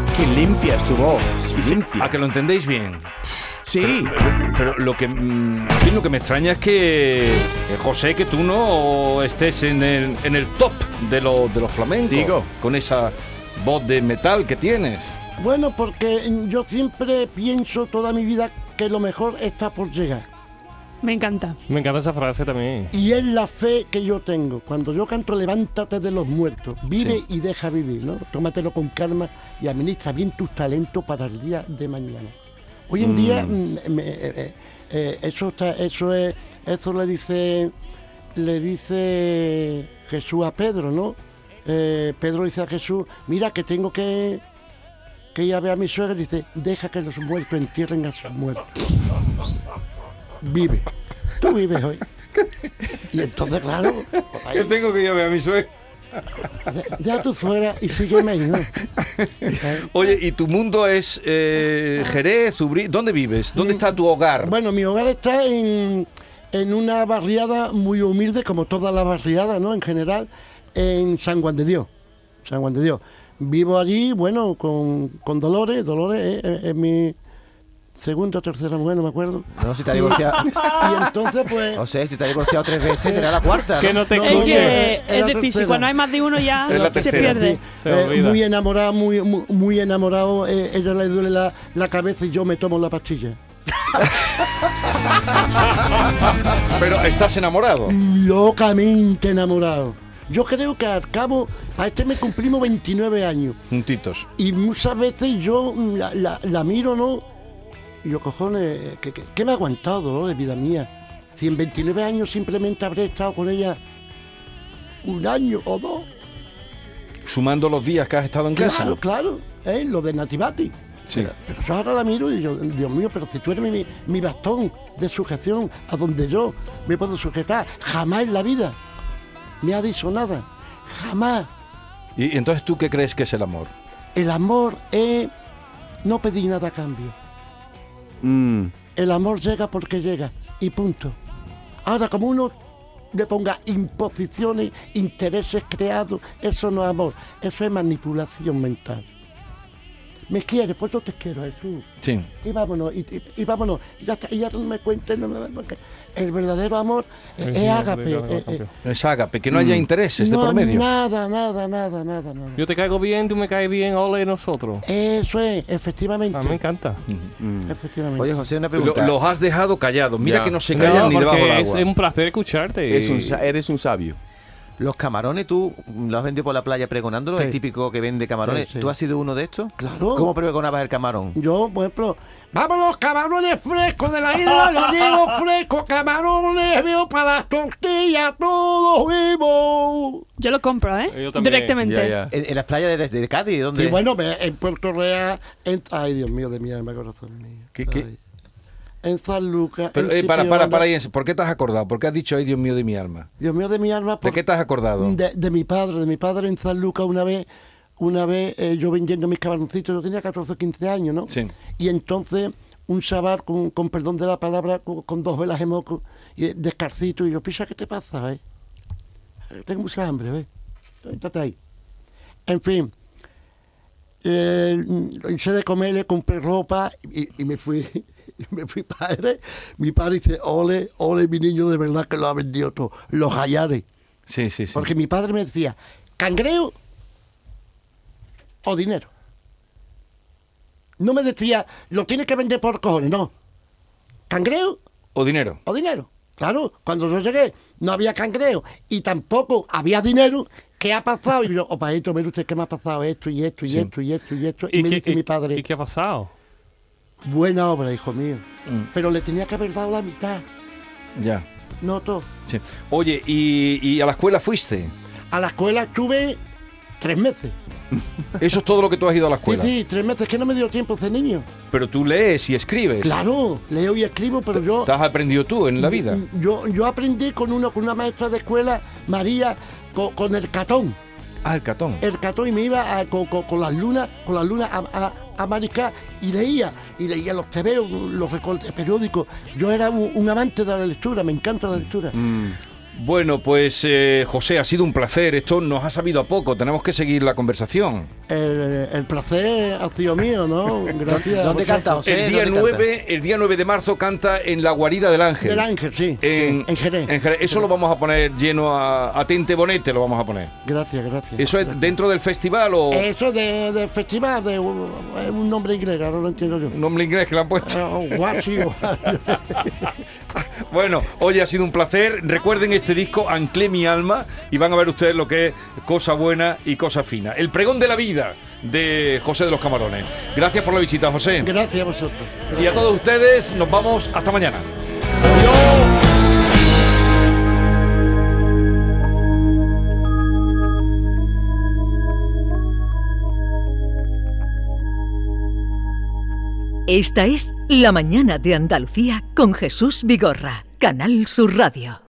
Qué limpia es tu voz. Sí, Limpia. a que lo entendéis bien. Sí. Pero lo que, en fin, lo que me extraña es que, José, que tú no estés en el top de los flamencos. Digo. Con esa voz de metal que tienes. Bueno, porque yo siempre pienso toda mi vida que lo mejor está por llegar. Me encanta. Me encanta esa frase también. Y es la fe que yo tengo. Cuando yo canto levántate de los muertos, vive Sí. y deja vivir, ¿no? Tómatelo con calma y administra bien tus talentos para el día de mañana. Hoy en día eso le dice Jesús a Pedro, ¿no? Pedro dice a Jesús, mira que tengo que ir a ver a mi suegra, y dice, deja que los muertos entierren a sus muertos. Vive. Tú vives hoy. Y entonces, claro, Que tengo que ir a ver a mi suegra. deja a tu suegra y sígueme ahí, ¿no? Oye, ¿y tu mundo es Jerez, Zubrí? ¿Dónde vives? ¿Dónde está tu hogar? Bueno, mi hogar está en una barriada muy humilde, como todas las barriadas, ¿no? En general, en San Juan de Dios. San Juan de Dios. Vivo allí, bueno, con Dolores. Dolores es mi segunda o tercera mujer, no me acuerdo. No, si te ha divorciado. Y entonces, pues... O sea, si te ha divorciado 3 veces, será la cuarta. Que no te No, Es escuche. que es la es difícil, tercera. cuando hay más de uno ya Es la se tercera. pierde. Se olvida. muy enamorado, muy enamorado. Ella le duele la cabeza y yo me tomo la pastilla. Pero estás enamorado. Locamente enamorado. Yo creo que al cabo, a este me cumplimos 29 años. Juntitos. Y muchas veces yo la miro, ¿no? Y yo, cojones, ¿qué me ha aguantado, Dolores, vida mía? Si en 29 años simplemente habré estado con ella 1 año o 2. Sumando los días que has estado en casa. Claro, lo de Nativati. Sí. Pero yo ahora la miro y yo, Dios mío, pero si tú eres mi bastón de sujeción a donde yo me puedo sujetar, jamás en la vida me ha dicho nada, jamás. ¿Y entonces tú qué crees que es el amor? El amor es no pedir nada a cambio. El amor llega porque llega y punto. Ahora, como uno le ponga imposiciones, intereses creados, eso no es amor, eso es manipulación mental. ¿Me quieres? Pues yo te quiero, Jesús. Sí. Y vámonos, y vámonos. Y ya, y ya no me cuentes, porque el verdadero amor es ágape. Es ágape, que no haya intereses de por medio. Nada. Yo te caigo bien, tú me caes bien, ole nosotros. Eso es, efectivamente. A mí me encanta. Efectivamente. Oye, José, una pregunta. Los has dejado callados. Mira Ya. que no se callan No, ni debajo del porque es agua. un placer escucharte. Eres un sabio. Los camarones, tú los has vendido por la playa pregonándolo, Sí. el típico que vende camarones. Sí, sí. ¿Tú has sido uno de estos? Claro. ¿Cómo pregonabas el camarón? Yo, por ejemplo, vámonos, camarones frescos de la isla, los llevo frescos, camarones vivos para las tortillas, todos vivos. Yo lo compro, ¿eh? Yo también. Directamente. Ya, ya. ¿En las playas de Cádiz? ¿Dónde? Sí, bueno, en Puerto Real, ay, Dios mío, de mi alma, corazón mío. ¿Qué? Ay. En San Lucas. Pero, en para Cipiona. ahí. ¿Por qué te has acordado? ¿Por qué has dicho, ay, Dios mío de mi alma? Dios mío, de mi alma. ¿De qué te has acordado? De mi padre en San Lucas una vez yo vendiendo mis camaroncitos, yo tenía 14 o 15 años, ¿no? Sí. Y entonces un chaval, con perdón de la palabra, con 2 velas de moco, y descalcito, y yo, pisa, ¿qué te pasa, Tengo mucha hambre, ¿ves? Estate ahí. En fin, hice de comer, le compré ropa y me fui. Me fui padre. Mi padre dice, ole, mi niño, de verdad que lo ha vendido todo. Los hallares. Sí. Porque mi padre me decía, ¿cangreo o dinero? No me decía, lo tienes que vender por cojones, no. ¿Cangreo ¿O dinero? o dinero? Claro, cuando yo llegué no había cangreo y tampoco había dinero. ¿Qué ha pasado? Y yo, paito, mire usted, ¿qué me ha pasado? Esto y esto y Sí. esto y esto y esto. Y me dice mi padre, ¿Y qué ha pasado? buena obra, hijo mío. Mm. Pero le tenía que haber dado la mitad, Ya. no todo. Sí. Oye, ¿y a la escuela fuiste? A la escuela estuve 3 meses. Eso es todo lo que tú has ido a la escuela. Sí, 3 meses, que no me dio tiempo ese niño. Pero tú lees y escribes. Claro, leo y escribo, pero yo... ¿Te has aprendido tú en la vida? Yo aprendí con una maestra de escuela, María, con el catón. Ah, el catón. El catón, y me iba con las lunas a mariscar y leía los tebeos, los recortes periódicos. Yo era un amante de la lectura, me encanta la lectura. Bueno, pues José, ha sido un placer. Esto nos ha sabido a poco. Tenemos que seguir la conversación. El placer ha sido mío, ¿no? Gracias. ¿Dónde canta, José? El día ¿Dónde 9, el día 9 de marzo canta en la Guarida del Ángel. Del Ángel, sí. En Jerez. En Jerez. Eso lo vamos a poner lleno a Tente Bonete, lo vamos a poner. Gracias. ¿Eso es dentro del festival o...? Eso es del festival, es un nombre inglés, ahora lo entiendo yo. Un nombre inglés que le han puesto. Bueno, hoy ha sido un placer. Recuerden este disco, Anclé mi alma, y van a ver ustedes lo que es cosa buena y cosa fina. El pregón de la vida de José de los Camarones. Gracias por la visita, José. Gracias a vosotros. Y a todos ustedes, nos vamos hasta mañana. Esta es La Mañana de Andalucía con Jesús Vigorra, Canal Sur Radio.